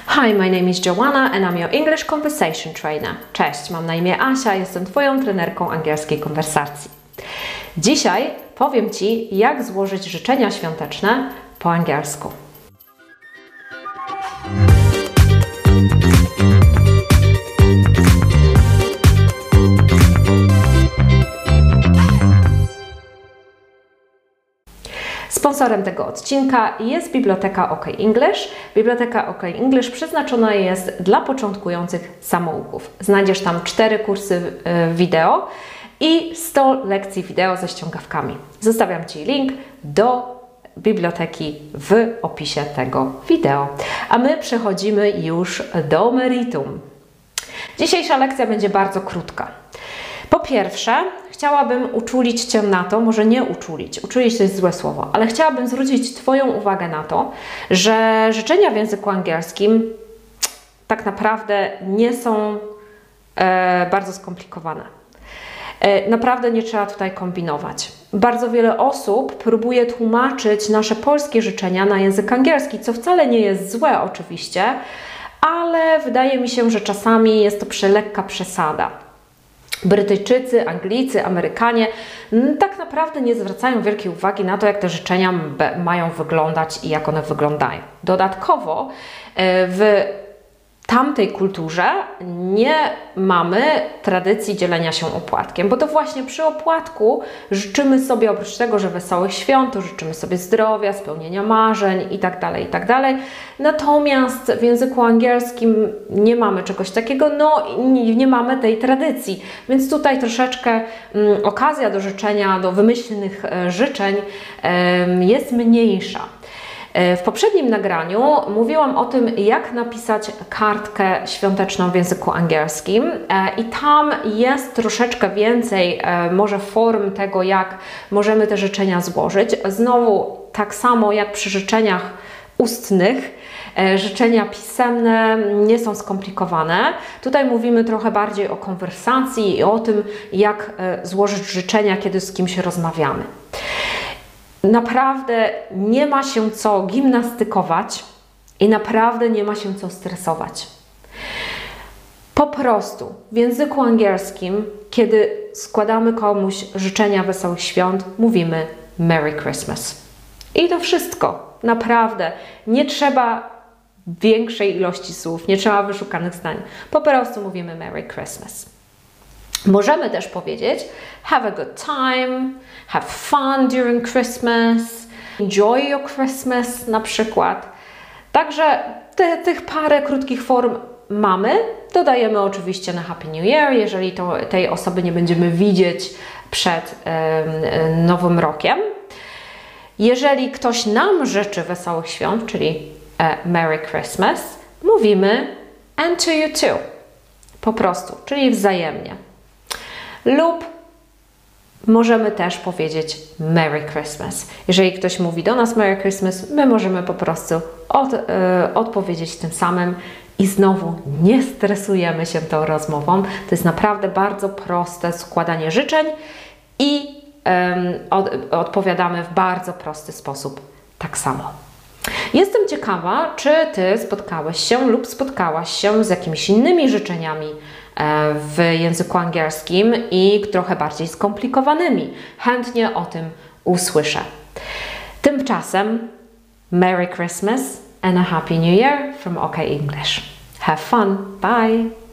Hi, my name is Joanna and I'm your English Conversation Trainer. Cześć, mam na imię Asia, jestem Twoją trenerką angielskiej konwersacji. Dzisiaj powiem Ci, jak złożyć życzenia świąteczne po angielsku. Sponsorem tego odcinka jest Biblioteka OK English. Biblioteka OK English przeznaczona jest dla początkujących samouków. Znajdziesz tam 4 kursy wideo i 100 lekcji wideo ze ściągawkami. Zostawiam Ci link do biblioteki w opisie tego wideo. A my przechodzimy już do meritum. Dzisiejsza lekcja będzie bardzo krótka. Po pierwsze, chciałabym uczulić Cię na to, może nie uczulić to jest złe słowo, ale chciałabym zwrócić Twoją uwagę na to, że życzenia w języku angielskim tak naprawdę nie są bardzo skomplikowane. Naprawdę nie trzeba tutaj kombinować. Bardzo wiele osób próbuje tłumaczyć nasze polskie życzenia na język angielski, co wcale nie jest złe oczywiście, ale wydaje mi się, że czasami jest to lekka przesada. Brytyjczycy, Anglicy, Amerykanie tak naprawdę nie zwracają wielkiej uwagi na to, jak te życzenia mają wyglądać i jak one wyglądają. Dodatkowo w tamtej kulturze nie mamy tradycji dzielenia się opłatkiem, bo to właśnie przy opłatku życzymy sobie, oprócz tego, że wesołych świąt, to życzymy sobie zdrowia, spełnienia marzeń itd., itd. Natomiast w języku angielskim nie mamy czegoś takiego, no i nie mamy tej tradycji, więc tutaj troszeczkę okazja do życzenia, do wymyślnych życzeń jest mniejsza. W poprzednim nagraniu mówiłam o tym, jak napisać kartkę świąteczną w języku angielskim i tam jest troszeczkę więcej może form tego, jak możemy te życzenia złożyć. Znowu tak samo jak przy życzeniach ustnych, życzenia pisemne nie są skomplikowane. Tutaj mówimy trochę bardziej o konwersacji i o tym, jak złożyć życzenia, kiedy z kimś rozmawiamy. Naprawdę nie ma się co gimnastykować i naprawdę nie ma się co stresować. Po prostu w języku angielskim, kiedy składamy komuś życzenia wesołych świąt, mówimy Merry Christmas. I to wszystko. Naprawdę. Nie trzeba większej ilości słów, nie trzeba wyszukanych zdań. Po prostu mówimy Merry Christmas. Możemy też powiedzieć have a good time, have fun during Christmas, enjoy your Christmas na przykład. Także tych parę krótkich form mamy. Dodajemy oczywiście na Happy New Year, jeżeli tej osoby nie będziemy widzieć przed Nowym Rokiem. Jeżeli ktoś nam życzy wesołych świąt, czyli Merry Christmas, mówimy and to you too. Po prostu, czyli wzajemnie. Lub możemy też powiedzieć Merry Christmas. Jeżeli ktoś mówi do nas Merry Christmas, my możemy po prostu odpowiedzieć tym samym i znowu nie stresujemy się tą rozmową. To jest naprawdę bardzo proste składanie życzeń i odpowiadamy w bardzo prosty sposób tak samo. Jestem ciekawa, czy Ty spotkałeś się lub spotkałaś się z jakimiś innymi życzeniami w języku angielskim i trochę bardziej skomplikowanymi. Chętnie o tym usłyszę. Tymczasem Merry Christmas and a Happy New Year from OK English. Have fun. Bye!